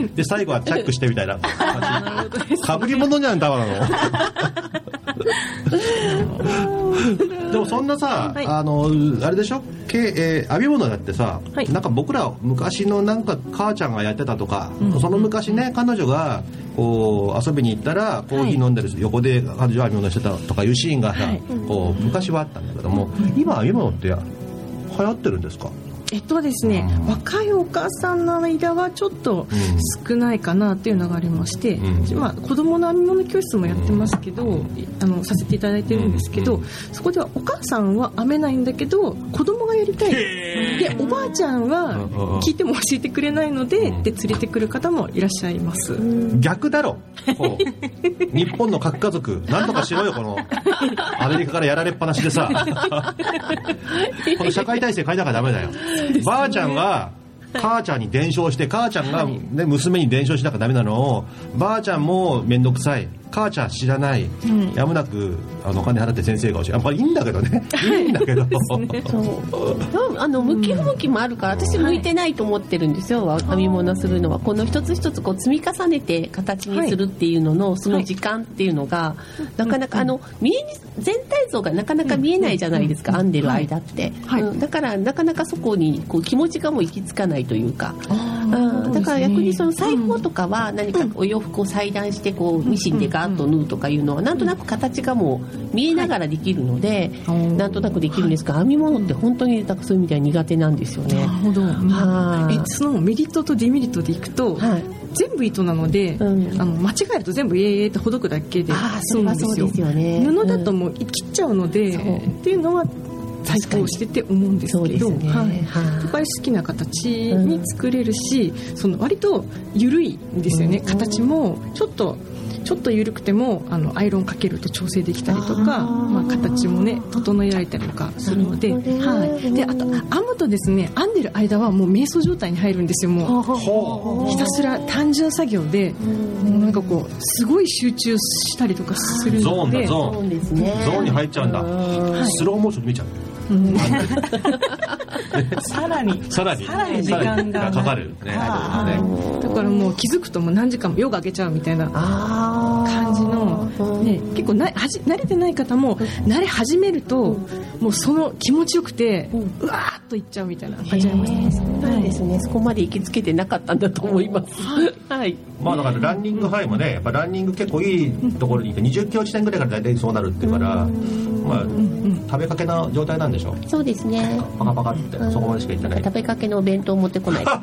で最後はチャックしてみたいな。かぶり物じゃんただの。でもそんなさ、あれでしょ、編み物だってさ、なんか僕ら昔のなんか母ちゃんがやってたとか、その昔ね彼女がこう遊びに行ったらコーヒー飲んでる横で彼女は編み物してたとかいうシーンがさ、こう昔はあったんだけども、今編み物って流行ってるんですか？ ですね、若いお母さんの間はちょっと少ないかなっていうのがありまして、子供の編み物教室もやってますけど、させていただいてるんですけど、そこではお母さんは編めないんだけど子供がやりたいで、おばあちゃんは聞いても教えてくれないので連れてくる方もいらっしゃいます。 逆だろ日本の核家族なんとかしろよ、このアメリカからやられっぱなしでさこの社会体制変えなきゃダメだよ。ばあちゃんが母ちゃんに伝承して、母ちゃんが、ね、娘に伝承しなきゃダメなのをばあちゃんも面倒くさい母ちゃん知らない、やむなくお金払って先生が教える、いいんだけどね、いいんだけど向き不向きもあるから私向いてないと思ってるんですよ、編み物するのは。この一つ一つこう積み重ねて形にするっていうののその時間っていうのがなかなか全体像がなかなか見えないじゃないですか、編んでる間って、だからなかなかそこにこう気持ちがもう行き着かないというか、だから逆にその裁縫とかは何かお洋服を裁断してこうミシンでガーッと縫うとかいうのはなんとなく形がもう見えながらできるので、なんとなくできるんですが、編み物って本当にそういう意味では苦手なんですよね。 なるほど。そのメリットとデメリットでいくと、全部糸なので、間違えると全部ってほどくだけで済むんですよ。布だともう切っちゃうので、っていうのは対抗してて思うんですけど、やっぱり好きな形に作れるし、その割と緩いんですよね。形もちょっと緩くてもアイロンかけると調整できたりとか、形もね整えられたりとかするので、であと編むとですね、編んでる間はもう瞑想状態に入るんですよ。もうひたすら単純作業で、なんかこうすごい集中したりとかするので、 ゾーンに入っちゃうんだ、スローモーションで見ちゃう。 さらに時間がかかるね。 だからもう気づくともう何時間も夜が明けちゃうみたいな感じの、結構慣れてない方も慣れ始めるともうその気持ちよくてうわーっといっちゃうみたいな感じありますね。 そうですね。そこまで行きつけてなかったんだと思います。 だからランニングハイもね、やっぱランニング結構いいところにいて20キロ地点ぐらいから大体そうなるっていうから、食べかけの状態なんでしょ。 そうですね。 パカパカってそこまでしか言ってない。 食べかけのお弁当を持ってこない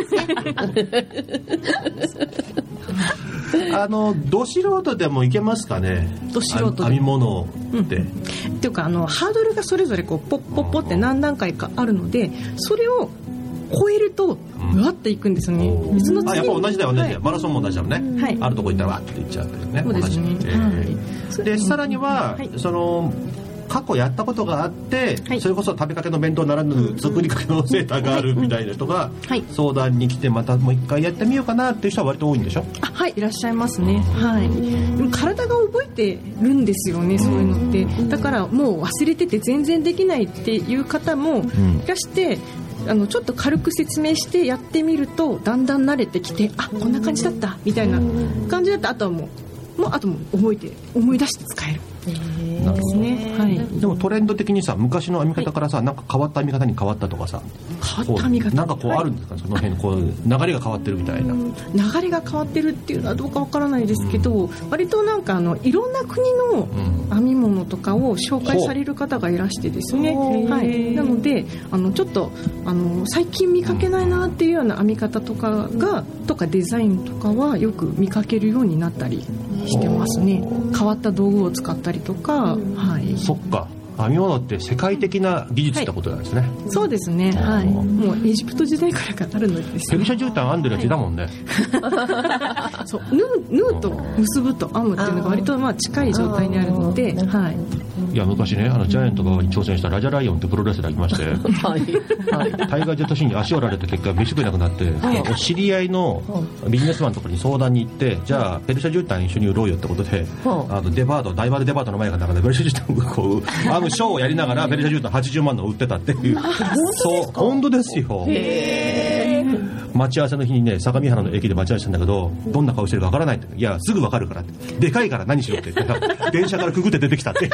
ど素人でもいけますかね。 ど素人で編み物って、 っていうかハードルがそれぞれこうポッポッポって何段階かあるので、それを超えるとうわっていくんですよね。その次やっぱ同じだよね、マラソンも同じだもんね、あるとこ行ったらわっていっちゃうんだよね。 そうですね。 でさらには、その過去やったことがあって、それこそ食べかけの弁当ならぬ作りかけのセーターがあるみたいな人が相談に来て、またもう一回やってみようかなっていう人は割と多いんでしょ。 いらっしゃいますね。でも体が覚えてるんですよね、そういうのって。だからもう忘れてて全然できないっていう方もいらして、ちょっと軽く説明してやってみるとだんだん慣れてきて、こんな感じだったみたいな感じだったら、あとはもう思い出して使える。 なるほどね。でもトレンド的にさ、昔の編み方からさ、なんか変わった編み方に変わったとかさ、 変わった編み方なんかこうあるんですか、その辺こう流れが変わってるみたいな。 流れが変わってるっていうのはどうかわからないですけど、割となんかいろんな国の編み物とかを紹介される方がいらしてですね、なのでちょっと最近見かけないなっていうような編み方とかデザインとかはよく見かけるようになったりしてますね。変わった道具を使ったりとか、 そっか、編み物って世界的な技術ってことなんですね。 そうですね。もうエジプト時代からあるのです。 ペルシャ絨毯編んでるやつだもんね。 そう、縫うと結ぶと編むっていうのが割と近い状態にあるので、 いや昔ね、ジャイアント側に挑戦したラジャライオンってプロレスラーがいまして、タイガージェットシーンに足を折られた結果飯食えなくなって、お知り合いのビジネスマンのところに相談に行って、じゃあペルシャ絨毯一緒に売ろうよってことで、大丸デパートの前か中でペルシャ絨毯をこう編むショーをやりながらペルシャ絨毯80万の売ってたっていう。そう本当ですよ。待ち合わせの日にね、相模原の駅で待ち合わせしたんだけど、どんな顔してるかわからないって。いやすぐわかるからって、でかいから何しろって言って電車からくぐって出てきたって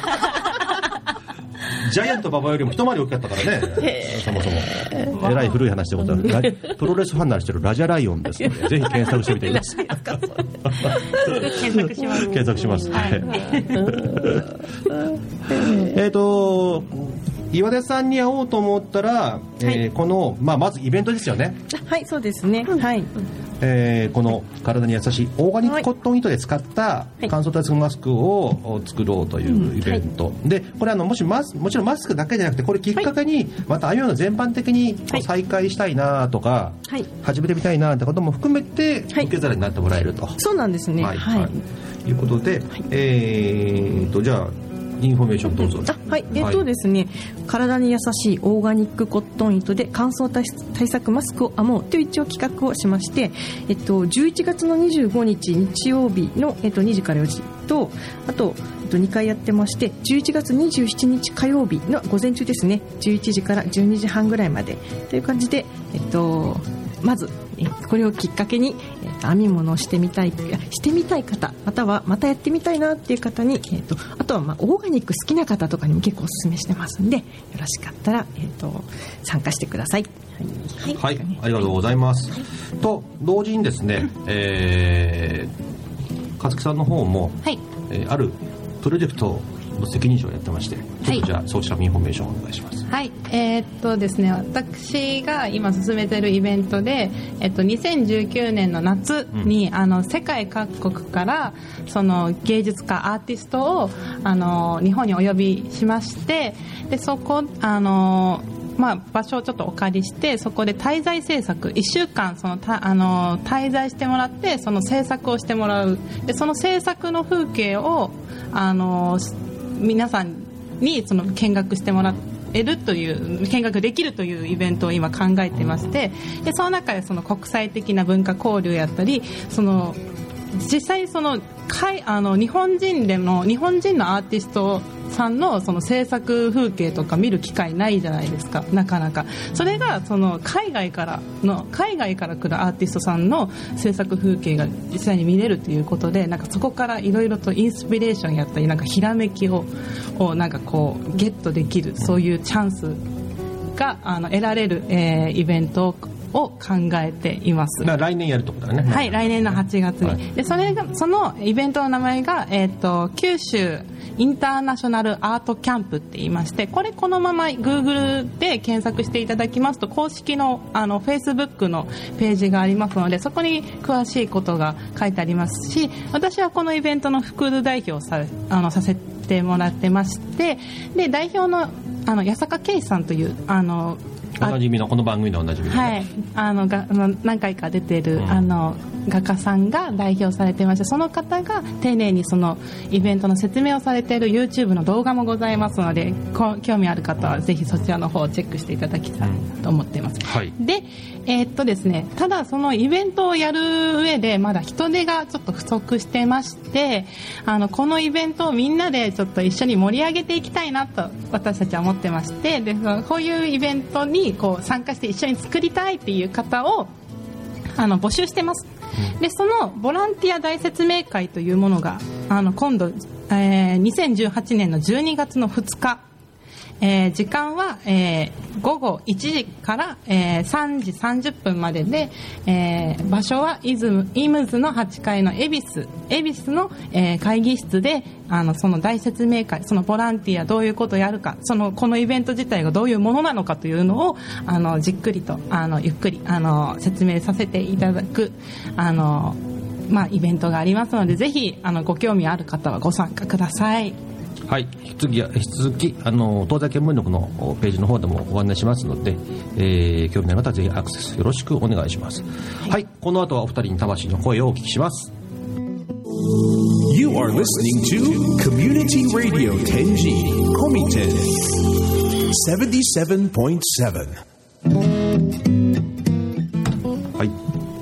ジャイアント馬場よりも一回り大きかったからね、そもそも。えらい古い話でございます。プロレスファンならしてるラジャライオンですので、ぜひ検索してみてください。検索します。岩出さんに会おうと思ったら、この、まずイベントですよね。 そうですね。 この体に優しいオーガニックコットン糸で使った乾燥対策マスクを作ろうというイベント、でこれもちろんマスクだけじゃなくて、これきっかけにまた編み物全般的に再開したいなとか、始めてみたいなってことも含めて受け皿になってもらえると。 そうなんですね。 いうことで、じゃあインフォメーションどうぞ。 はい、ですね、体に優しいオーガニックコットン糸で乾燥対策マスクを編もうという一応企画をしまして、11月の25日日曜日の、2時から4時と、あと、2回やってまして、11月27日火曜日の午前中ですね、11時から12時半ぐらいまでという感じで、まずこれをきっかけに、編み物をしてみたい方、またはまたやってみたいなっていう方に、あとはオーガニック好きな方とかにも結構おすすめしてますんで、よろしかったら、参加してください。 はい、はい、ありがとうございます。と同時にですね、かつきさんの方も、はい、あるプロジェクトの責任者をやってまして、ちょっとじゃあそちらのインフォメーションをお願いします。 はい、ですね、私が今進めているイベントで、2019年の夏に、世界各国からその芸術家アーティストを日本にお呼びしまして、でそこ場所をちょっとお借りして、そこで滞在制作1週間滞在してもらって、その制作をしてもらう。でその制作の風景を皆さんにその見学してもらえるという、見学できるというイベントを今考えていまして、でその中でその国際的な文化交流やったり、その実際にその日本人のアーティストさんのその制作風景とか見る機会ないじゃないですか、なかなか。それがその海外から来るアーティストさんの制作風景が実際に見れるということで、なんかそこからいろいろとインスピレーションやったり、なんかひらめきをなんかこうゲットできる、そういうチャンスが得られる、イベントを考えています。 来年やるってことだね。 はい、来年の8月に、はい、でそのイベントの名前が、九州インターナショナルアートキャンプって言いまして、このまま Google で検索していただきますと、公式のFacebook のページがありますので、そこに詳しいことが書いてありますし、私はこのイベントの副代表をさせてもらってまして、で代表の八坂圭さんというおなじみの、この番組のおなじみの、 はい、何回か出てる、画家さんが代表されてまして、その方が丁寧にそのイベントの説明をされている YouTube の動画もございますので、興味ある方はぜひそちらの方をチェックしていただきたいと思っています、はい、で、ですね、ただそのイベントをやる上でまだ人手がちょっと不足してまして、このイベントをみんなでちょっと一緒に盛り上げていきたいなと私たちは思ってまして、でこういうイベントに参加して一緒に作りたいっていう方を募集してます。でそのボランティア大説明会というものが今度、2018年の12月の2日、時間は、午後1時から、3時30分までで、場所はイムズの8階の恵比寿の、会議室でその大説明会、そのボランティアどういうことをやるか、このイベント自体がどういうものなのかというのをじっくりとゆっくり説明させていただくイベントがありますので、ぜひご興味ある方はご参加ください。 はい、引き続き東西見聞録のページの方でもご案内しますので、興味のある方はぜひアクセスよろしくお願いします。はい、この後はお二人に魂の声をお聞きします。 You are listening to Community Radio Tenji Komiten 77.7。 はい。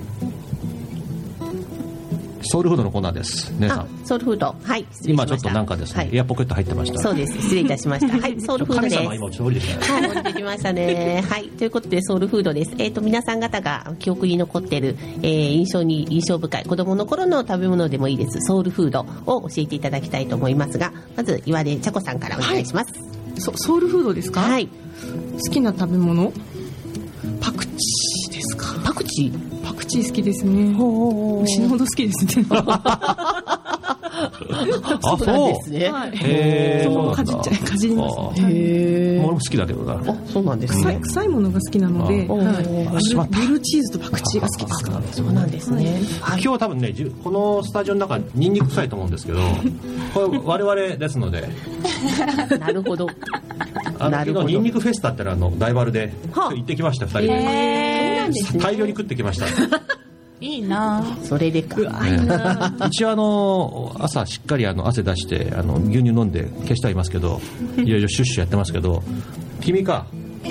ソウルフードのコーナーです。姉さん。 ソウルフード。はい。 今ちょっとなんかですね、はい、エアポケット入ってました。 そうです。失礼いたしました。はい。ソウルフードです。 神様今ちょっと降りてきたね。はい。降りてきましたね。はい。ということでソウルフードです。皆さん方が記憶に残っている、印象深い子供の頃の食べ物でもいいです。ソウルフードを教えていただきたいと思いますが、まず岩出茶子さんからお願いします。 はい、ソウルフードですか？ はい。 好きな食べ物？パクチーですか？ パクチー好きですね。死ぬほど好きですね。 そうなんですね。 そうかじりますね。 俺も好きだけどな。 そうなんですね。 臭いものが好きなので、ブルーチーズとパクチーが好きですから。 そうなんですね。 今日は多分ね、このスタジオの中ニンニク臭いと思うんですけど、これ我々ですので。 なるほど。 ニンニクフェスタって大丸で行ってきました、2人で。大量に食ってきました。 いいな。 それでか。 一応朝しっかり汗出して牛乳飲んで消してはいますけど、いろいろシュッシュやってますけど、君か。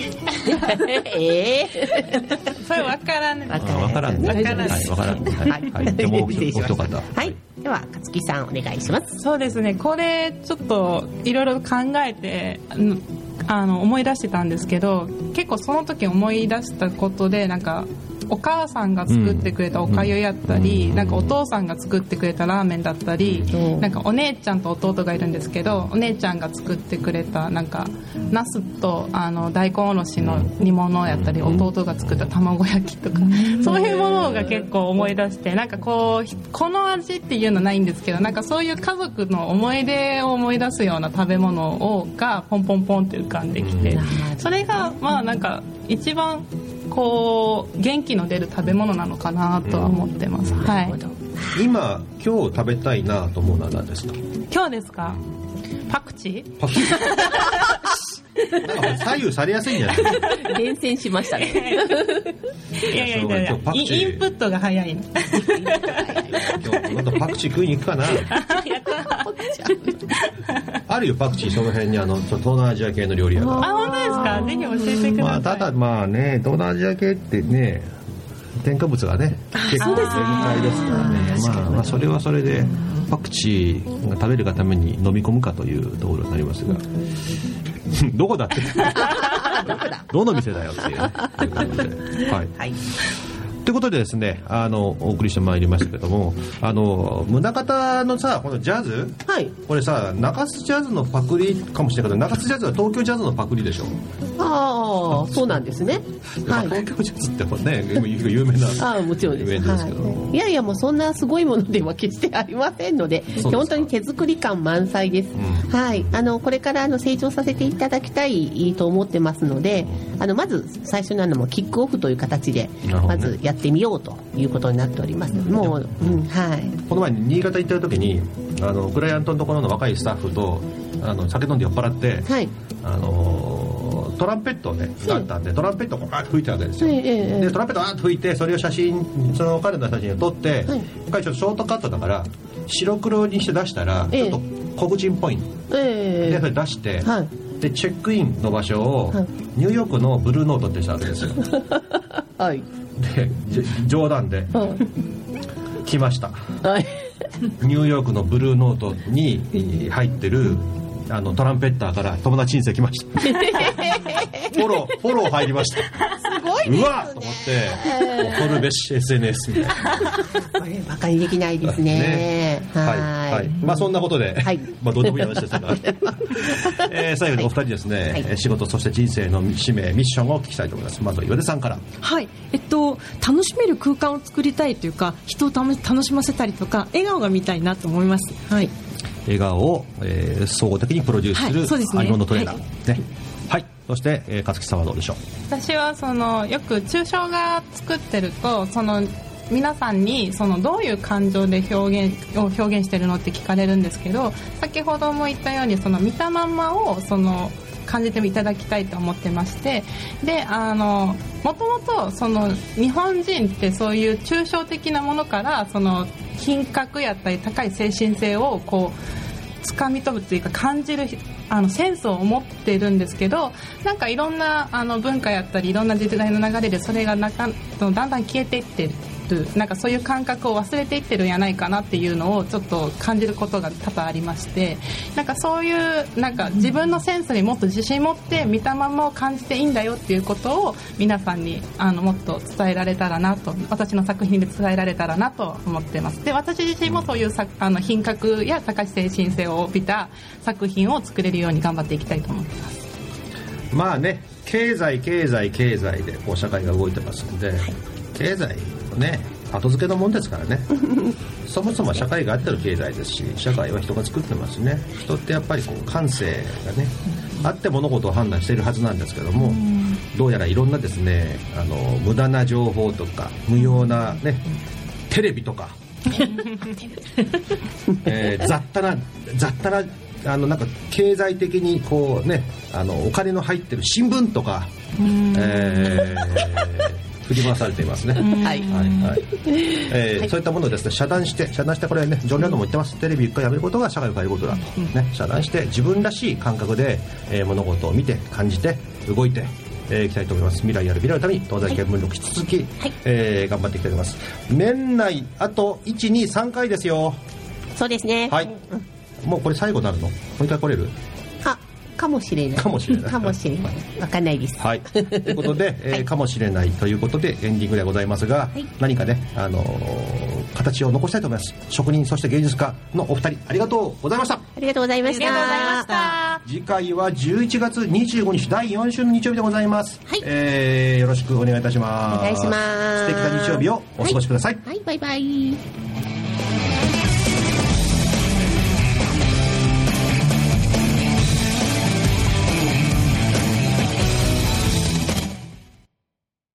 それ分からんね。 分からんね。はい、分からんね。はい。でもお一方。 はい。では勝木さんお願いします。 そうですね。これちょっといろいろ考えて思い出してたんですけど、結構その時思い出したことでなんか。お母さんが作ってくれたおかゆやったり、なんかお父さんが作ってくれたラーメンだったり、なんかお姉ちゃんと弟がいるんですけど、お姉ちゃんが作ってくれたなんかナスと大根おろしの煮物やったり、弟が作った卵焼きとか、そういうものが結構思い出して、なんかこの味っていうのないんですけど、なんかそういう家族の思い出を思い出すような食べ物がポンポンポンって浮かんできて、それがまあなんか一番こう元気の出る食べ物なのかなとは思ってます。はい。 今日食べたいなと思うのは何ですか？ 今日ですか？パクチー？ なんか左右されやすいんじゃない？ 連戦しましたね。 いやインプットが早いの。 今日なんかパクチー食いに行くかな。あるよ、パクチーその辺に東南アジア系の料理屋が。 あ、本当ですか？ぜひ教えてください。 ただまあね、東南アジア系ってね、添加物がね結構限界ですからね。まあそれはそれでパクチーが食べるがために飲み込むかというところになりますが。どこだってどの店だよっていうね。はい。はい。ということでですね、お送りしてまいりましたけども、宗像のさ、このジャズ、はい、これさ、中洲ジャズのパクリかもしれないけど、中洲ジャズは東京ジャズのパクリでしょ。 ああ、そうなんですね。 はい、東京ジャズってね、有名なもちろんです。 イベントですけど、 はい、いやもうそんなすごいものでは決してありませんので、本当に手作り感満載です。はい、これから成長させていただきたいと思ってますので、まず最初なのもキックオフという形で、まずやってみようということになっております。もう、はい。この前に新潟行ってる時にクライアントのところの若いスタッフと酒飲んで酔っ払って、はい、トランペットをねがあったんで、トランペットをこう吹いてたわけですよ。でトランペットを吹いて、それをその彼の写真を撮って、はい、ちょっとショートカットだから白黒にして出したら、ちょっと黒人っぽいんで、それ出して、はい、でチェックインの場所を、はい、ニューヨークのブルーノートってしたわけですよ。はい。で冗談で、来ました、はい、ニューヨークのブルーノートに入ってるトランペッターから友達申請来ました。フォロー入りました。 すごいですね。 うわっと思って恐るべし SNS みたいな。 これバカにできないですね。 はい。まあそんなことで、まあどうでもいい話ですが、最後にお二人ですね、仕事そして人生の使命ミッションをお聞きしたいと思います。まずは岩出さんから。 はい。楽しめる空間を作りたいというか、人を楽しませたりとか、笑顔が見たいなと思います。はい。 笑顔を、総合的にプロデュースする、アイモンドトレーナー、ね。はい。そして、勝木さんはどうでしょう。 私はよく抽象画作ってると、皆さんにどういう感情で表現してるのって聞かれるんですけど、先ほども言ったように見たまんまを感じていただきたいと思ってまして、でもともと日本人ってそういう抽象的なものから品格やったり高い精神性をこう掴み取るというか感じるセンスを持っているんですけど、なんかいろんな文化やったりいろんな時代の流れでそれがだんだん消えていってる、なんかそういう感覚を忘れていってるんやないかなっていうのをちょっと感じることが多々ありまして、なんかそういうなんか自分のセンスにもっと自信持って見たままを感じていいんだよっていうことを皆さんにもっと伝えられたらなと、私の作品で伝えられたらなと思ってます。で、私自身もそういう品格や高い精神性を帯びた作品を作れるように頑張っていきたいと思ってます。 まあね、経済でこう社会が動いてますので、経済ね、後付けのもんですからね。そもそも社会があっての経済ですし、社会は人が作ってますね。人ってやっぱりこう感性がねあって物事を判断しているはずなんですけども、どうやらいろんなですね無駄な情報とか無用なねテレビとか雑多ななんか経済的にこうねお金の入ってる新聞とか、 振り回されていますね。はいそういったものをですね、遮断してこれね、ジョン・レノンも言ってます。テレビ一回やめることが社会を変えることだと、ね、遮断して自分らしい感覚で、物事を見て感じて動いていきたいと思います。未来ある未来のために東西見聞録引き続き、頑張っていきたいと思います。年内あと 1,2,3 回ですよ。 そうですね。 はい、もうこれ最後になるの？もう一回来れる？ かもしれない。かもしれない。わかんないです。 はい。ということで、かもしれないということでエンディングでございますが、何かね、形を残したいと思います。職人そして芸術家のお二人、ありがとうございました。 ありがとうございました。 次回は11月25日第4週の日曜日でございます。よろしくお願いいたします。 お願いします。 素敵な日曜日をお過ごしください。 はい、バイバイ。